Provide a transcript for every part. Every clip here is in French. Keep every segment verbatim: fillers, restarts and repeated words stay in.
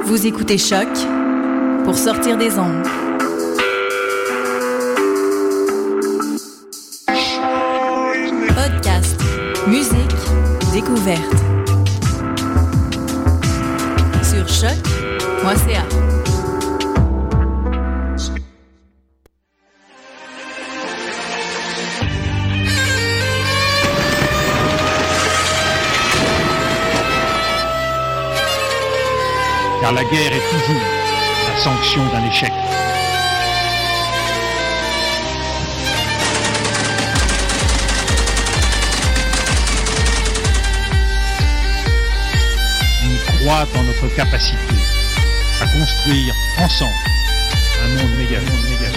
Vous écoutez Choc pour sortir des ondes. Podcast, musique, découverte. Sur choc point c a. Car la guerre est toujours la sanction d'un échec. On croit en notre capacité à construire ensemble un monde méga, un monde méga.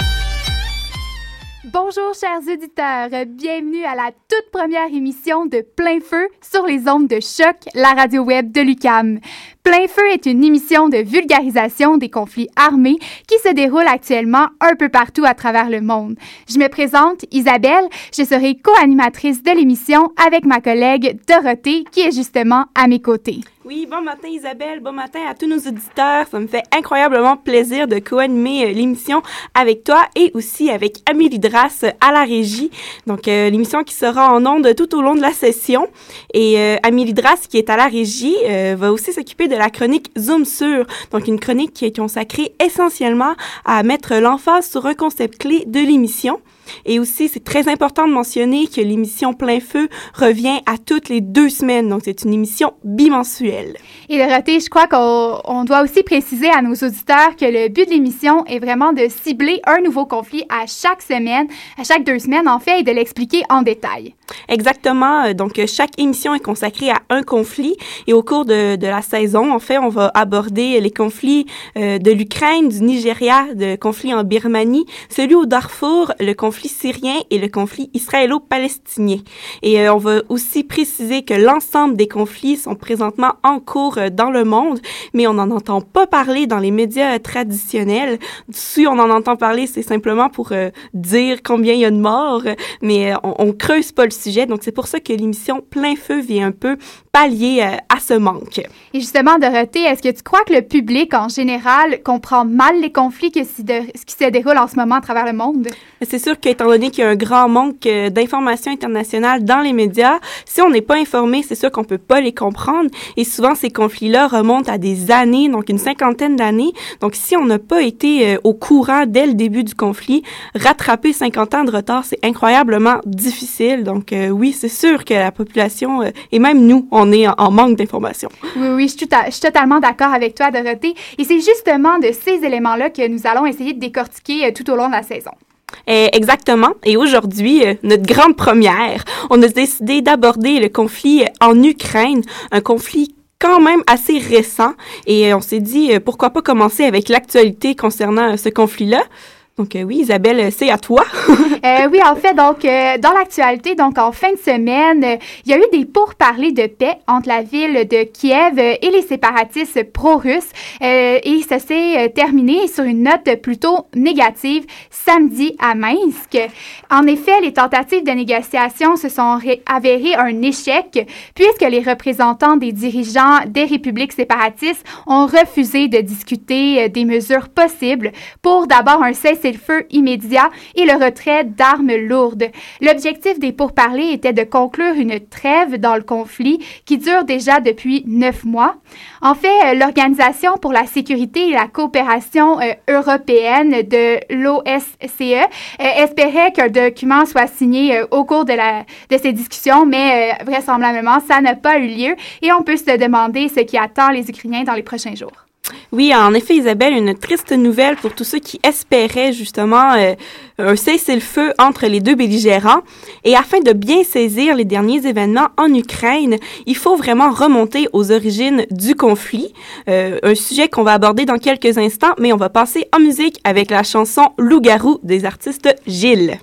Bonjour chers auditeurs, bienvenue à la toute première émission de Plein Feu sur les ondes de Choc, la radio web de l'U Q A M. Plein Feu est une émission de vulgarisation des conflits armés qui se déroule actuellement un peu partout à travers le monde. Je me présente, Isabelle, je serai co-animatrice de l'émission avec ma collègue Dorothée qui est justement à mes côtés. Oui, bon matin Isabelle, bon matin à tous nos auditeurs. Ça me fait incroyablement plaisir de co-animer euh, l'émission avec toi et aussi avec Amélie Drasse à la régie. Donc, euh, l'émission qui sera en ondes tout au long de la session. Et euh, Amélie Drasse, qui est à la régie, euh, va aussi s'occuper de la chronique Zoom sur. Donc, une chronique qui est consacrée essentiellement à mettre l'emphase sur un concept clé de l'émission. Et aussi, c'est très important de mentionner que l'émission Plein Feu revient à toutes les deux semaines. Donc, c'est une émission bimensuelle. Et Dorothée, je crois qu'on on doit aussi préciser à nos auditeurs que le but de l'émission est vraiment de cibler un nouveau conflit à chaque semaine, à chaque deux semaines en fait, et de l'expliquer en détail. Exactement. Donc, chaque émission est consacrée à un conflit. Et au cours de, de la saison, en fait, on va aborder les conflits euh, de l'Ukraine, du Nigeria, le conflit en Birmanie, celui au Darfour, le conflit syrien et le conflit israélo-palestinien. Et euh, on va aussi préciser que l'ensemble des conflits sont présentement en cours euh, dans le monde, mais on n'en entend pas parler dans les médias euh, traditionnels. Si on en entend parler, c'est simplement pour euh, dire combien il y a de morts, mais euh, on, on creuse pas le sujet. Donc, c'est pour ça que l'émission Plein Feu vient un peu pallier euh, à ce manque. Et justement, Dorothée, est-ce que tu crois que le public, en général, comprend mal les conflits que si de, qui se déroulent en ce moment à travers le monde? C'est sûr qu'étant donné qu'il y a un grand manque euh, d'informations internationales dans les médias, si on n'est pas informé, c'est sûr qu'on peut pas les comprendre. Et souvent, ces conflits-là remontent à des années, donc une cinquantaine d'années. Donc, si on n'a pas été euh, au courant dès le début du conflit, rattraper cinquante ans de retard, c'est incroyablement difficile. Donc, euh, oui, c'est sûr que la population, euh, et même nous, on est en, en manque d'informations. Oui, oui, je suis, to- je suis totalement d'accord avec toi, Dorothée. Et c'est justement de ces éléments-là que nous allons essayer de décortiquer euh, tout au long de la saison. Eh, exactement. Et aujourd'hui, euh, notre grande première, on a décidé d'aborder le conflit en Ukraine, un conflit quand même assez récent. Et euh, on s'est dit, euh, pourquoi pas commencer avec l'actualité concernant euh, ce conflit-là. Donc euh, oui, Isabelle, c'est à toi. euh, oui, en fait, donc, euh, dans l'actualité, donc en fin de semaine, euh, il y a eu des pourparlers de paix entre la ville de Kiev euh, et les séparatistes pro-russes. Euh, et ça s'est euh, terminé sur une note plutôt négative samedi à Minsk. En effet, les tentatives de négociation se sont ré- avérées un échec puisque les représentants des dirigeants des républiques séparatistes ont refusé de discuter euh, des mesures possibles pour d'abord un cessez-le-feu immédiat et le retrait d'armes lourdes. L'objectif des pourparlers était de conclure une trêve dans le conflit qui dure déjà depuis neuf mois. En fait, l'Organisation pour la sécurité et la coopération euh, européenne de l'O S C E euh, espérait qu'un document soit signé euh, au cours de, la, de ces discussions, mais euh, vraisemblablement, ça n'a pas eu lieu et on peut se demander ce qui attend les Ukrainiens dans les prochains jours. Oui, en effet, Isabelle, une triste nouvelle pour tous ceux qui espéraient justement euh, un cessez-le-feu entre les deux belligérants. Et afin de bien saisir les derniers événements en Ukraine, il faut vraiment remonter aux origines du conflit, euh, un sujet qu'on va aborder dans quelques instants, mais on va passer en musique avec la chanson « Loup-garou » des artistes Gilles.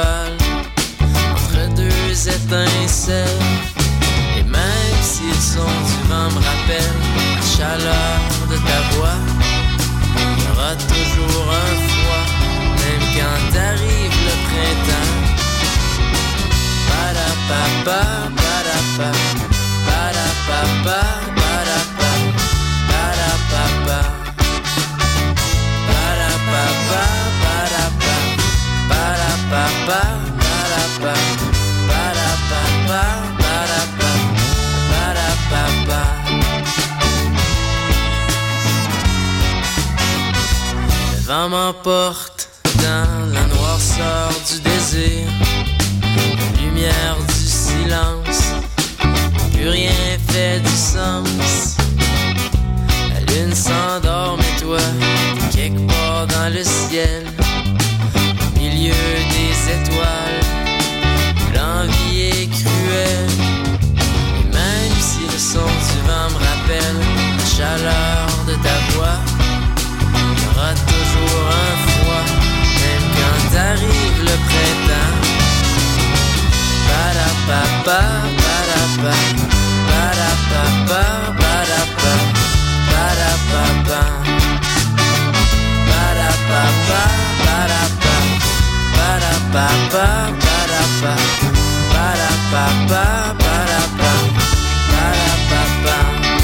étoiles entre deux étincelles. Et même si le son du vent me rappelle la chaleur de ta voix, il y aura toujours un froid, même quand arrive le printemps. Ba-da-pa-pa, ba-da-pa, ba-da-pa-pa, ba-da-pa, ba-da-pa-pa, ba-da-pa-pa, ba-da-pa, ba-da-pa-pa, ba-da-pa, ba-da-pa-pa, ba-da-pa, ba-da-pa-pa. Le vent m'emporte dans la noirceur du désir, la lumière du silence, plus rien fait du sens. La lune s'endort, mais toi, quelque part dans le ciel, au milieu des étoiles, l'envie est cruelle. Et même si le son du vent me rappelle la chaleur de ta voix, il y aura toujours un froid, même quand arrive le printemps. Ba-da-pa-pa, ba-da-pa, ba-da-pa-pa, ba-da-pa, ba-da-pa-pa, ba-da-pa-pa, ba-da-pa, ba-da-pa-pa, ba-da-pa, ba-da-pa-pa, ba-da-pa, ba-da-pa-pa.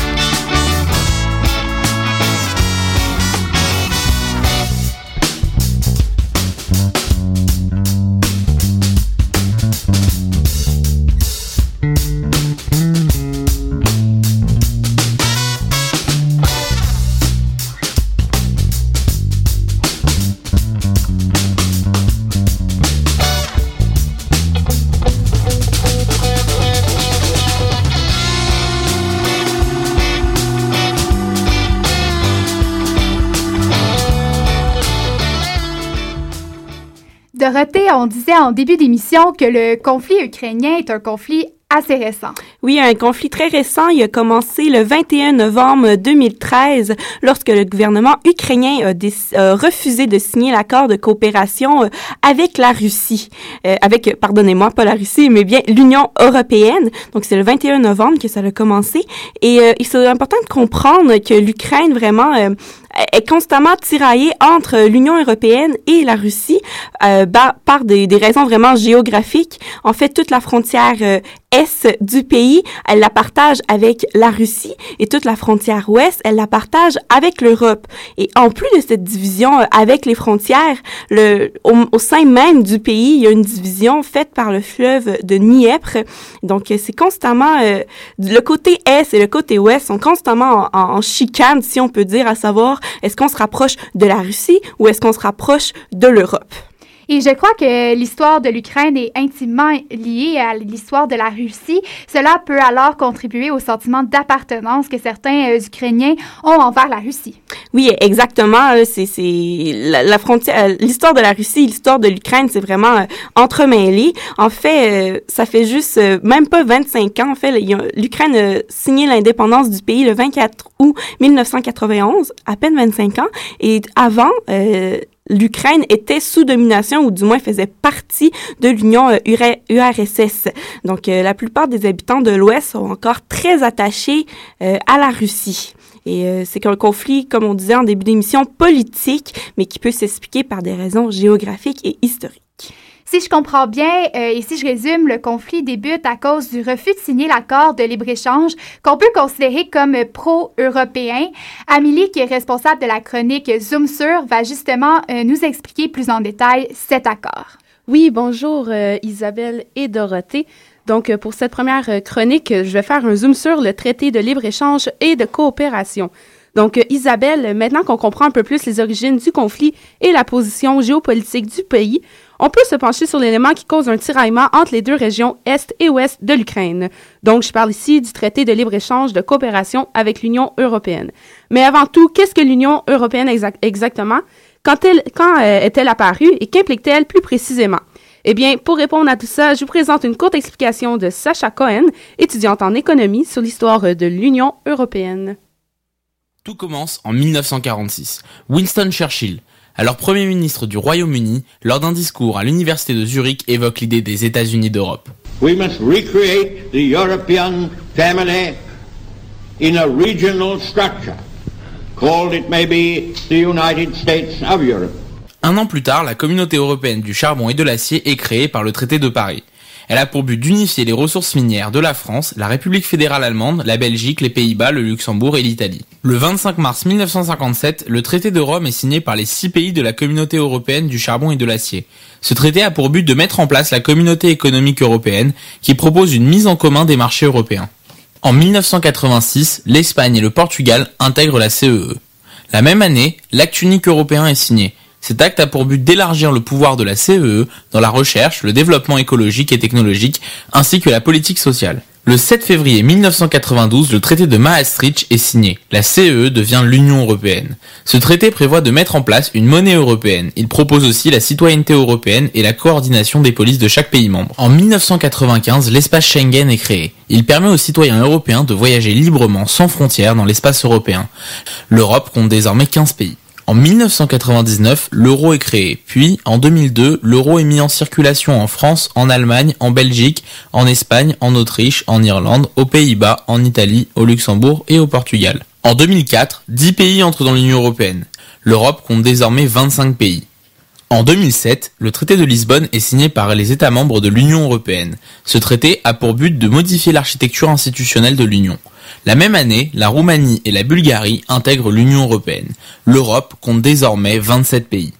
Dorothée, on disait en début d'émission que le conflit ukrainien est un conflit assez récent. Oui, un conflit très récent. Il a commencé le vingt et un novembre deux mille treize, lorsque le gouvernement ukrainien a, dé- a refusé de signer l'accord de coopération euh, avec la Russie. Euh, avec, pardonnez-moi, pas la Russie, mais bien l'Union européenne. Donc, c'est le vingt et un novembre que ça a commencé. Et euh, il est important de comprendre que l'Ukraine, vraiment, euh, est constamment tiraillée entre l'Union européenne et la Russie euh, par, par des, des raisons vraiment géographiques. En fait, toute la frontière euh, est du pays, elle la partage avec la Russie, et toute la frontière ouest, elle la partage avec l'Europe. Et en plus de cette division euh, avec les frontières, le, au, au sein même du pays, il y a une division faite par le fleuve de Dniepr. Donc, euh, c'est constamment... Euh, le côté est et le côté ouest sont constamment en, en, en chicane, si on peut dire, à savoir est-ce qu'on se rapproche de la Russie ou est-ce qu'on se rapproche de l'Europe? Et je crois que l'histoire de l'Ukraine est intimement liée à l'histoire de la Russie. Cela peut alors contribuer au sentiment d'appartenance que certains euh, Ukrainiens ont envers la Russie. Oui, exactement. C'est, c'est la, la frontière, l'histoire de la Russie, l'histoire de l'Ukraine, c'est vraiment euh, entremêlé. En fait, euh, ça fait juste euh, même pas vingt-cinq ans. En fait, l'Ukraine a signé l'indépendance du pays le vingt-quatre août mille neuf cent quatre-vingt-onze, à peine vingt-cinq ans. Et avant, euh, l'Ukraine était sous domination, ou du moins faisait partie de l'Union euh, U R S S. Donc, euh, la plupart des habitants de l'Ouest sont encore très attachés euh, à la Russie. Et euh, c'est un conflit, comme on disait en début d'émission, politique, mais qui peut s'expliquer par des raisons géographiques et historiques. Si je comprends bien, euh, et si je résume, le conflit débute à cause du refus de signer l'accord de libre-échange qu'on peut considérer comme pro-européen. Amélie, qui est responsable de la chronique Zoom sur, va justement euh, nous expliquer plus en détail cet accord. Oui, bonjour euh, Isabelle et Dorothée. Donc, pour cette première chronique, je vais faire un zoom sur le traité de libre-échange et de coopération. Donc, Isabelle, maintenant qu'on comprend un peu plus les origines du conflit et la position géopolitique du pays, on peut se pencher sur l'élément qui cause un tiraillement entre les deux régions Est et Ouest de l'Ukraine. Donc, je parle ici du traité de libre-échange de coopération avec l'Union européenne. Mais avant tout, qu'est-ce que l'Union européenne exact- exactement? Quand, elle, quand euh, est-elle apparue et qu'implique-t-elle plus précisément? Eh bien, pour répondre à tout ça, je vous présente une courte explication de Sacha Cohen, étudiante en économie sur l'histoire de l'Union européenne. Tout commence en mille neuf cent quarante-six. Winston Churchill, alors Premier ministre du Royaume-Uni, lors d'un discours à l'université de Zurich, évoque l'idée des États-Unis d'Europe. We must recreate the European family in a regional structure, called it may be the United States of Europe. Un an plus tard, la communauté européenne du charbon et de l'acier est créée par le traité de Paris. Elle a pour but d'unifier les ressources minières de la France, la République fédérale allemande, la Belgique, les Pays-Bas, le Luxembourg et l'Italie. Le vingt-cinq mars mille neuf cent cinquante-sept, le traité de Rome est signé par les six pays de la communauté européenne du charbon et de l'acier. Ce traité a pour but de mettre en place la communauté économique européenne qui propose une mise en commun des marchés européens. En mille neuf cent quatre-vingt-six, l'Espagne et le Portugal intègrent la C E E. La même année, l'acte unique européen est signé. Cet acte a pour but d'élargir le pouvoir de la C E E dans la recherche, le développement écologique et technologique, ainsi que la politique sociale. Le sept février mille neuf cent quatre-vingt-douze, le traité de Maastricht est signé. La C E E devient l'Union européenne. Ce traité prévoit de mettre en place une monnaie européenne. Il propose aussi la citoyenneté européenne et la coordination des polices de chaque pays membre. En mille neuf cent quatre-vingt-quinze, l'espace Schengen est créé. Il permet aux citoyens européens de voyager librement, sans frontières, dans l'espace européen. L'Europe compte désormais quinze pays. En mille neuf cent quatre-vingt-dix-neuf, l'euro est créé, puis en deux mille deux, l'euro est mis en circulation en France, en Allemagne, en Belgique, en Espagne, en Autriche, en Irlande, aux Pays-Bas, en Italie, au Luxembourg et au Portugal. En deux mille quatre, dix pays entrent dans l'Union européenne. L'Europe compte désormais vingt-cinq pays. En deux mille sept, le traité de Lisbonne est signé par les États membres de l'Union européenne. Ce traité a pour but de modifier l'architecture institutionnelle de l'Union. La même année, la Roumanie et la Bulgarie intègrent l'Union européenne. L'Europe compte désormais vingt-sept pays.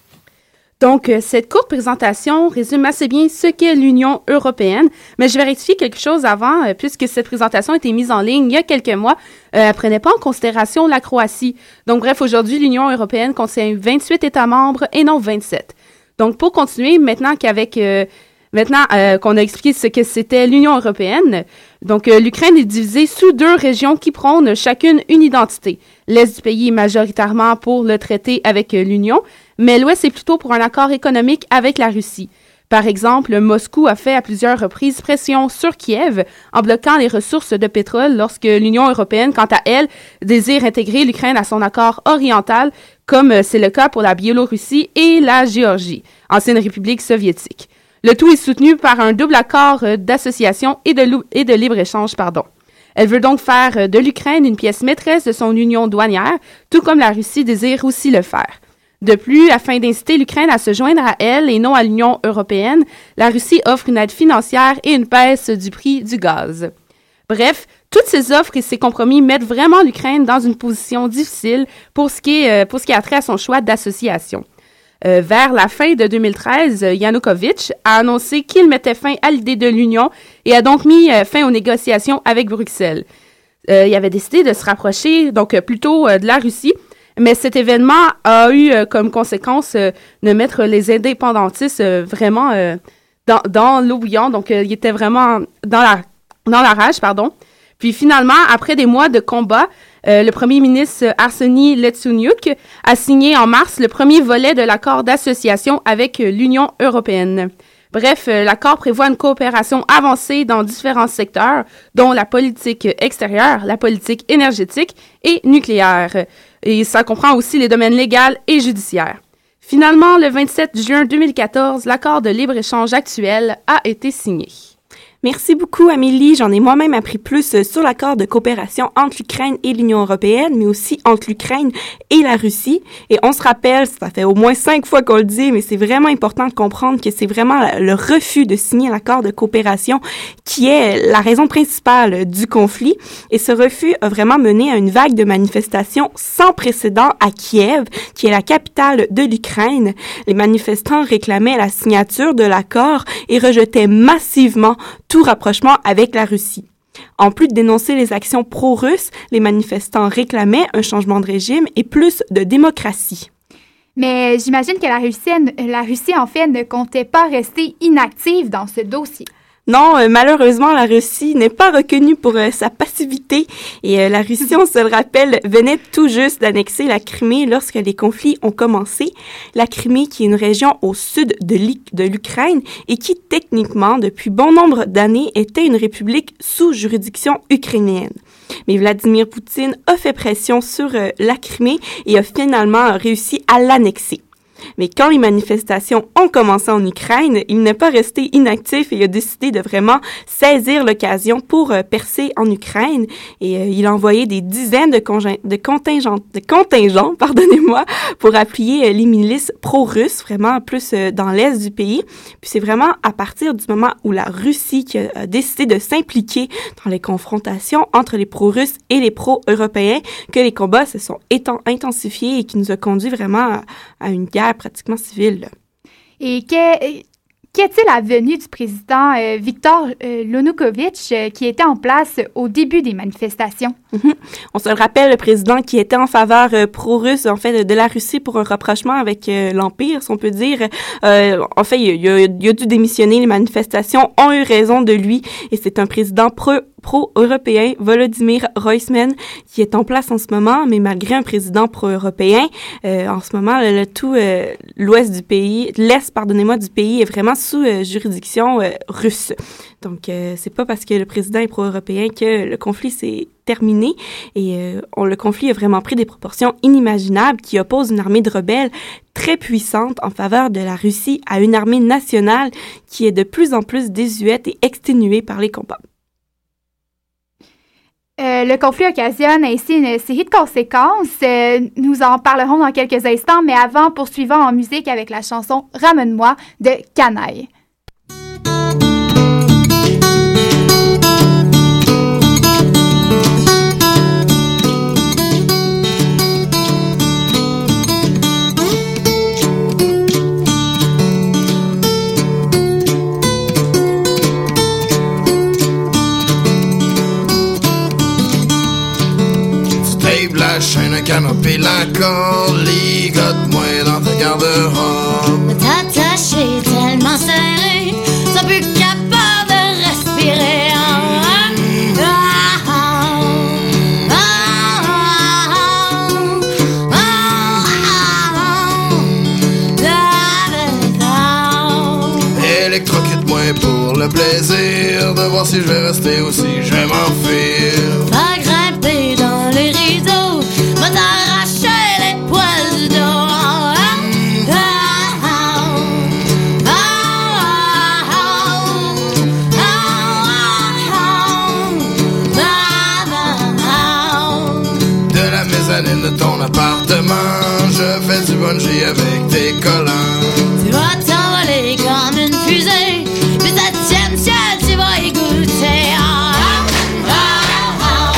Donc, cette courte présentation résume assez bien ce qu'est l'Union européenne, mais je vais rectifier quelque chose avant, euh, puisque cette présentation a été mise en ligne il y a quelques mois. Euh, elle ne prenait pas en considération la Croatie. Donc, bref, aujourd'hui, l'Union européenne contient vingt-huit États membres et non vingt-sept. Donc, pour continuer, maintenant qu'avec... Euh, Maintenant euh, qu'on a expliqué ce que c'était l'Union européenne, donc euh, l'Ukraine est divisée sous deux régions qui prônent chacune une identité. L'Est du pays est majoritairement pour le traité avec euh, l'Union, mais l'Ouest est plutôt pour un accord économique avec la Russie. Par exemple, Moscou a fait à plusieurs reprises pression sur Kiev en bloquant les ressources de pétrole lorsque l'Union européenne, quant à elle, désire intégrer l'Ukraine à son accord oriental, comme euh, c'est le cas pour la Biélorussie et la Géorgie, ancienne république soviétique. Le tout est soutenu par un double accord d'association et de, et de libre-échange, pardon. Elle veut donc faire de l'Ukraine une pièce maîtresse de son union douanière, tout comme la Russie désire aussi le faire. De plus, afin d'inciter l'Ukraine à se joindre à elle et non à l'Union européenne, la Russie offre une aide financière et une baisse du prix du gaz. Bref, toutes ces offres et ces compromis mettent vraiment l'Ukraine dans une position difficile pour ce qui est, pour ce qui a trait à son choix d'association. Euh, vers la fin de deux mille treize, Yanukovych a annoncé qu'il mettait fin à l'idée de l'Union et a donc mis euh, fin aux négociations avec Bruxelles. Euh, il avait décidé de se rapprocher donc euh, plutôt euh, de la Russie, mais cet événement a eu euh, comme conséquence euh, de mettre les indépendantistes euh, vraiment euh, dans, dans l'eau bouillante, donc euh, ils étaient vraiment dans la, dans la rage, pardon. Puis finalement, après des mois de combat, euh, le premier ministre Arseniy Yatsenyuk a signé en mars le premier volet de l'accord d'association avec euh, l'Union européenne. Bref, euh, l'accord prévoit une coopération avancée dans différents secteurs, dont la politique extérieure, la politique énergétique et nucléaire. Et ça comprend aussi les domaines légal et judiciaire. Finalement, le vingt-sept juin deux mille quatorze, l'accord de libre-échange actuel a été signé. Merci beaucoup, Amélie. J'en ai moi-même appris plus sur l'accord de coopération entre l'Ukraine et l'Union européenne, mais aussi entre l'Ukraine et la Russie. Et on se rappelle, ça fait au moins cinq fois qu'on le dit, mais c'est vraiment important de comprendre que c'est vraiment le refus de signer l'accord de coopération qui est la raison principale du conflit. Et ce refus a vraiment mené à une vague de manifestations sans précédent à Kiev, qui est la capitale de l'Ukraine. Les manifestants réclamaient la signature de l'accord et rejetaient massivement tout rapprochement avec la Russie. En plus de dénoncer les actions pro-russes, les manifestants réclamaient un changement de régime et plus de démocratie. Mais j'imagine que la Russie, la Russie, en fait, ne comptait pas rester inactive dans ce dossier. Non, euh, malheureusement, la Russie n'est pas reconnue pour euh, sa passivité. Et euh, la Russie, on se le rappelle, venait tout juste d'annexer la Crimée lorsque les conflits ont commencé. La Crimée, qui est une région au sud de, de l'Ukraine et qui, techniquement, depuis bon nombre d'années, était une république sous juridiction ukrainienne. Mais Vladimir Poutine a fait pression sur euh, la Crimée et a finalement réussi à l'annexer. Mais quand les manifestations ont commencé en Ukraine, il n'est pas resté inactif et il a décidé de vraiment saisir l'occasion pour euh, percer en Ukraine. Et euh, il a envoyé des dizaines de, congé- de contingents, de contingents, pardonnez-moi, pour appuyer euh, les milices pro-russes, vraiment plus euh, dans l'est du pays. Puis c'est vraiment à partir du moment où la Russie qui a, a décidé de s'impliquer dans les confrontations entre les pro-russes et les pro-européens que les combats se sont étant intensifiés et qui nous a conduit vraiment à, à une guerre pratiquement civile. Et que, qu'est-il advenu du président euh, Viktor euh, Yanukovych euh, qui était en place au début des manifestations? Mm-hmm. On se le rappelle, le président qui était en faveur euh, pro-russe, en fait, de la Russie pour un rapprochement avec euh, l'Empire, si on peut dire. Euh, en fait, il, il, a, il a dû démissionner. Les manifestations ont eu raison de lui et c'est un président pro pro-européen, Volodymyr Groysman, qui est en place en ce moment, mais malgré un président pro-européen, euh, en ce moment, le, le tout euh, l'ouest du pays, l'est, pardonnez-moi, du pays est vraiment sous euh, juridiction euh, russe. Donc, euh, c'est pas parce que le président est pro-européen que le conflit s'est terminé et euh, on, le conflit a vraiment pris des proportions inimaginables qui opposent une armée de rebelles très puissante en faveur de la Russie à une armée nationale qui est de plus en plus désuète et exténuée par les combats. Euh, le conflit occasionne ainsi une série de conséquences. Euh, nous en parlerons dans quelques instants, mais avant, poursuivons en musique avec la chanson « Ramène-moi » de Canaille. La chaîne, un canopé, la corde, ligote-moi dans ta garde-robe. T'attaché tellement serré, sans plus capable de respirer. Ah, ah, ah, ah, ah, électrocute-moi pour le plaisir de voir si je vais rester ou si je vais m'enfuir. Va grimper dans les rideaux, va t'arracher les poils du dos. Ah, ah, ah, ah, ah, ah. De la mezzanine de ton appartement, je fais du bungee avec tes collants. Tu vas t'envoler comme une fusée, puis septième ciel, tu vas y goûter. Ah, ah, ah, ah.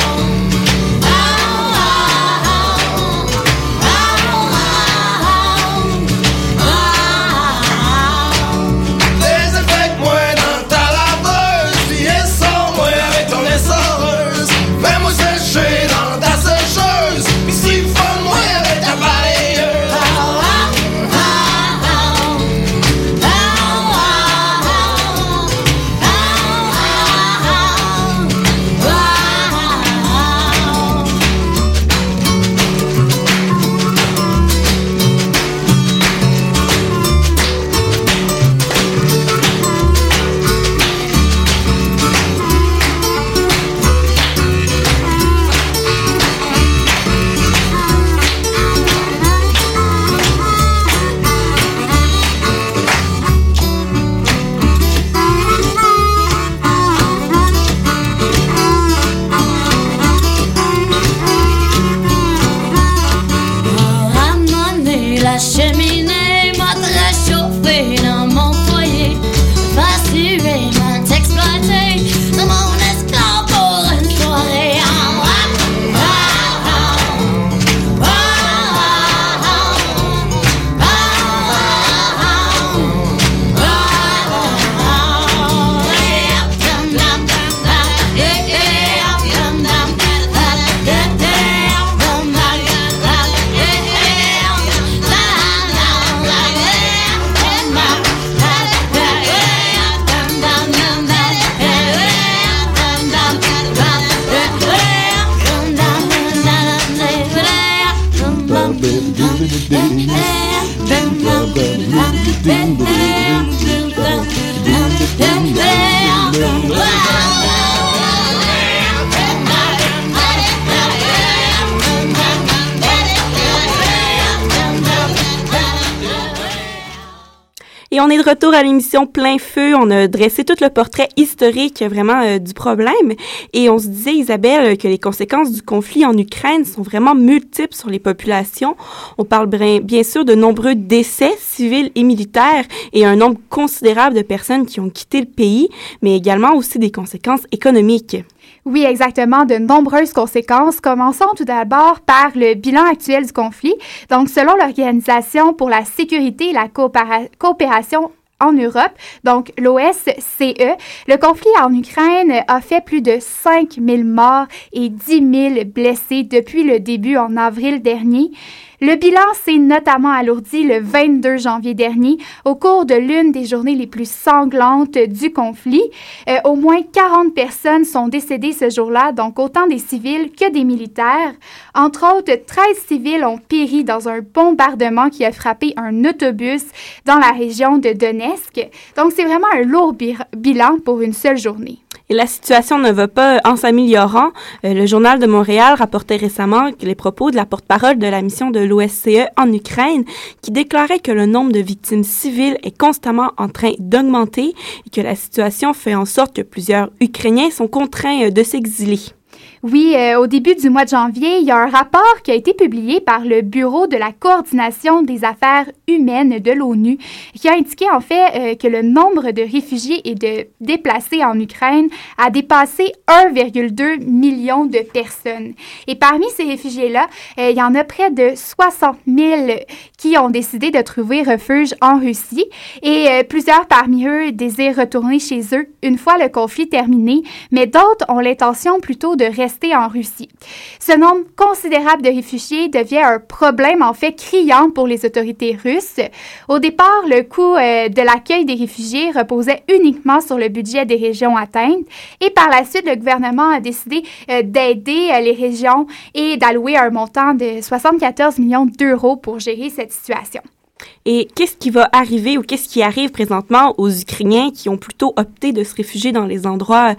Et on est de retour à l'émission Plein Feu. On a dressé tout le portrait historique vraiment euh, du problème. Et on se disait, Isabelle, que les conséquences du conflit en Ukraine sont vraiment multiples sur les populations. On parle bien, bien sûr de nombreux décès civils et militaires et un nombre considérable de personnes qui ont quitté le pays, mais également aussi des conséquences économiques. Oui, exactement, de nombreuses conséquences. Commençons tout d'abord par le bilan actuel du conflit. Donc, selon l'Organisation pour la sécurité et la coopéra- coopération en Europe, donc l'O S C E, le conflit en Ukraine a fait plus de cinq mille morts et dix mille blessés depuis le début en avril dernier. Le bilan s'est notamment alourdi le vingt-deux janvier dernier au cours de l'une des journées les plus sanglantes du conflit. Euh, au moins quarante personnes sont décédées ce jour-là, donc autant des civils que des militaires. Entre autres, treize civils ont péri dans un bombardement qui a frappé un autobus dans la région de Donetsk. Donc, c'est vraiment un lourd bi- bilan pour une seule journée. Et la situation ne va pas en s'améliorant. Euh, le Journal de Montréal rapportait récemment les propos de la porte-parole de la mission de l'O S C E en Ukraine, qui déclarait que le nombre de victimes civiles est constamment en train d'augmenter et que la situation fait en sorte que plusieurs Ukrainiens sont contraints de s'exiler. Oui, euh, au début du mois de janvier, il y a un rapport qui a été publié par le Bureau de la coordination des affaires humaines de l'ONU qui a indiqué en fait euh, que le nombre de réfugiés et de déplacés en Ukraine a dépassé un virgule deux million de personnes. Et parmi ces réfugiés-là, euh, il y en a près de soixante mille qui ont décidé de trouver refuge en Russie et euh, plusieurs parmi eux désirent retourner chez eux une fois le conflit terminé, mais d'autres ont l'intention plutôt de rester en Russie. Ce nombre considérable de réfugiés devient un problème en fait criant pour les autorités russes. Au départ, le coût euh, de l'accueil des réfugiés reposait uniquement sur le budget des régions atteintes et par la suite, le gouvernement a décidé euh, d'aider euh, les régions et d'allouer un montant de soixante-quatorze millions d'euros pour gérer cette situation. Et qu'est-ce qui va arriver ou qu'est-ce qui arrive présentement aux Ukrainiens qui ont plutôt opté de se réfugier dans les endroits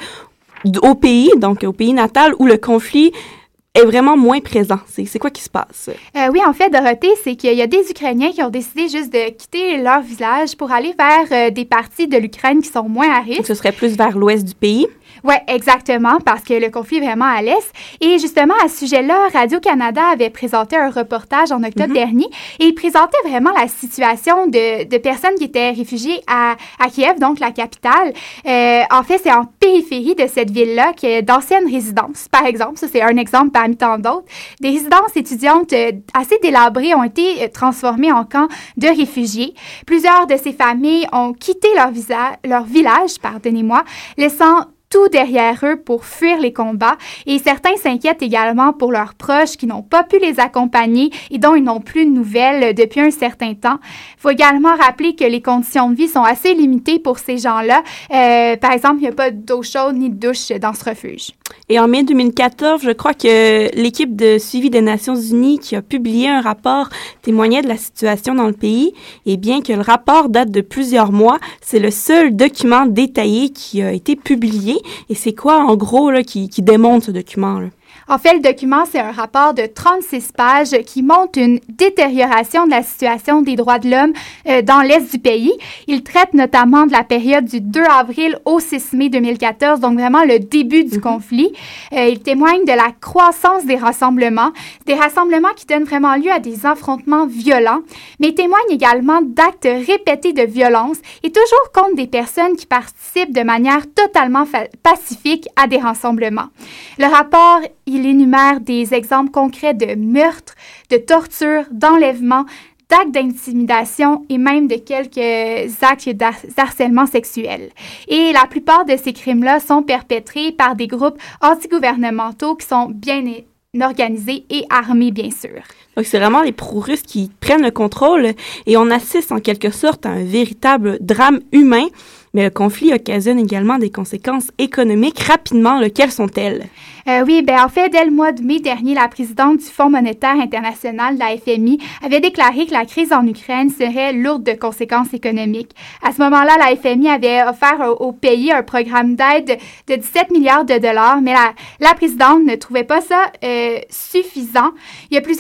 au pays, donc au pays natal, où le conflit est vraiment moins présent? C'est, c'est quoi qui se passe? Euh, oui, en fait, Dorothée, c'est qu'il y a des Ukrainiens qui ont décidé juste de quitter leur village pour aller vers euh, des parties de l'Ukraine qui sont moins à risque. Donc, ce serait plus vers l'ouest du pays? Oui, exactement, parce que le conflit est vraiment à l'est. Et justement, à ce sujet-là, Radio-Canada avait présenté un reportage en octobre mm-hmm. dernier et il présentait vraiment la situation de, de personnes qui étaient réfugiées à, à Kiev, donc la capitale. Euh, en fait, c'est en périphérie de cette ville-là qu'il y a d'anciennes résidences, par exemple. Ça, c'est un exemple parmi tant d'autres. Des résidences étudiantes euh, assez délabrées ont été transformées en camps de réfugiés. Plusieurs de ces familles ont quitté leur, visa- leur village, pardonnez-moi, laissant tout derrière eux pour fuir les combats et certains s'inquiètent également pour leurs proches qui n'ont pas pu les accompagner et dont ils n'ont plus de nouvelles depuis un certain temps. Il faut également rappeler que les conditions de vie sont assez limitées pour ces gens-là. Euh, par exemple, il n'y a pas d'eau chaude ni de douche dans ce refuge. Et en mai deux mille quatorze, je crois que l'équipe de suivi des Nations Unies qui a publié un rapport témoignait de la situation dans le pays. Et bien que le rapport date de plusieurs mois, c'est le seul document détaillé qui a été publié. Et c'est quoi, en gros, là, qui, qui démontre ce document-là? En fait, le document, c'est un rapport de trente-six pages qui montre une détérioration de la situation des droits de l'homme euh, dans l'est du pays. Il traite notamment de la période du deux avril au six mai deux mille quatorze, donc vraiment le début du mm-hmm. conflit. Euh, il témoigne de la croissance des rassemblements, des rassemblements qui donnent vraiment lieu à des affrontements violents, mais il témoigne également d'actes répétés de violence et toujours contre des personnes qui participent de manière totalement fa- pacifique à des rassemblements. Le rapport il énumère des exemples concrets de meurtres, de tortures, d'enlèvements, d'actes d'intimidation et même de quelques actes d'harcèlement sexuel. Et la plupart de ces crimes-là sont perpétrés par des groupes antigouvernementaux qui sont bien organisés et armés, bien sûr. Donc, c'est vraiment les pro-russes qui prennent le contrôle et on assiste en quelque sorte à un véritable drame humain. Mais le conflit occasionne également des conséquences économiques. Rapidement, là, quelles sont-elles? Euh, oui, ben en fait, dès le mois de mai dernier, la présidente du Fonds monétaire international, la F M I, avait déclaré que la crise en Ukraine serait lourde de conséquences économiques. À ce moment-là, la F M I avait offert au, au pays un programme d'aide de dix-sept milliards de dollars, mais la, la présidente ne trouvait pas ça euh, suffisant. Il y a plusieurs secteurs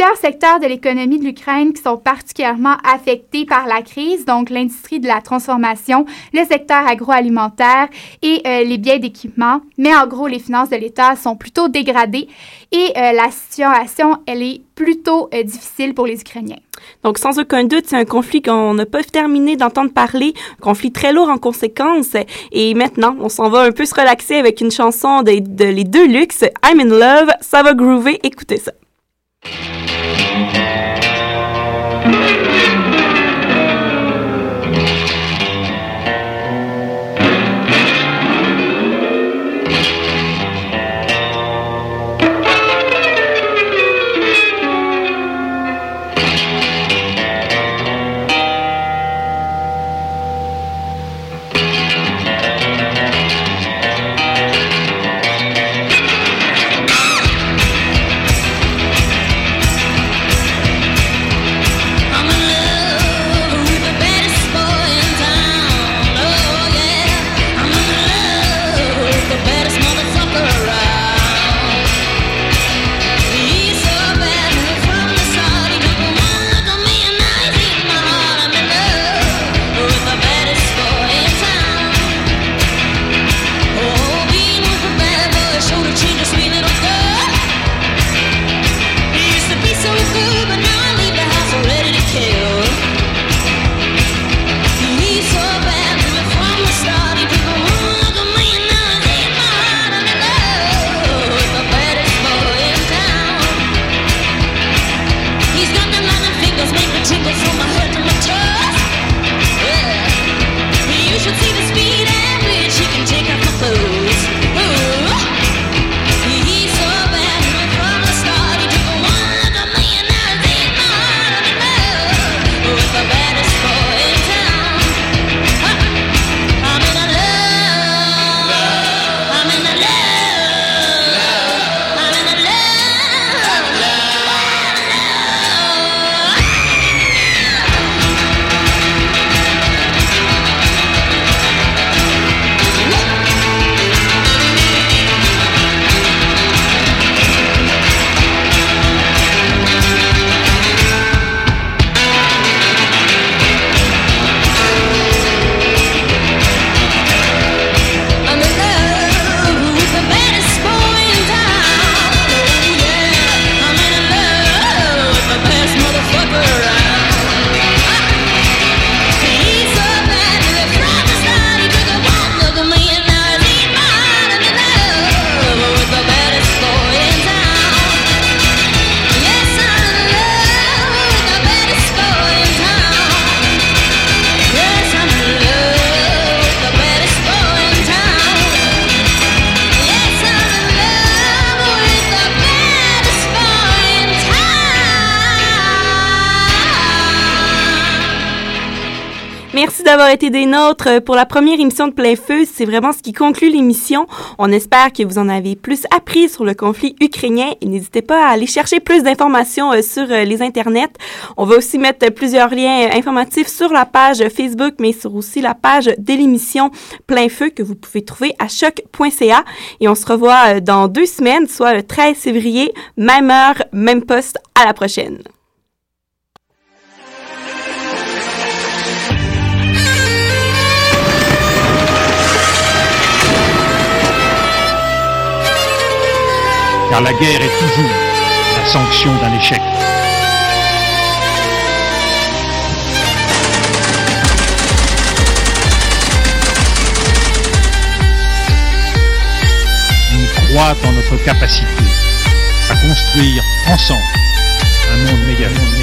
secteurs de l'économie de l'Ukraine qui sont particulièrement affectés par la crise, donc l'industrie de la transformation, le secteur agroalimentaire et euh, les biens d'équipement. Mais en gros, les finances de l'État sont plutôt dégradées et euh, la situation, elle est plutôt euh, difficile pour les Ukrainiens. Donc, sans aucun doute, c'est un conflit qu'on n'a pas terminé d'entendre parler, un conflit très lourd en conséquences. Et maintenant, on s'en va un peu se relaxer avec une chanson de, de les Deluxe, I'm in Love, ça va groover, écoutez ça. Merci d'avoir été des nôtres pour la première émission de Plein Feu. C'est vraiment ce qui conclut l'émission. On espère que vous en avez plus appris sur le conflit ukrainien et n'hésitez pas à aller chercher plus d'informations sur les internets. On va aussi mettre plusieurs liens informatifs sur la page Facebook, mais sur aussi la page de l'émission Plein Feu que vous pouvez trouver à choc point c a. Et on se revoit dans deux semaines, soit le treize février, même heure, même poste. À la prochaine. Car la guerre est toujours la sanction d'un échec. On croit en notre capacité à construire ensemble un monde meilleur.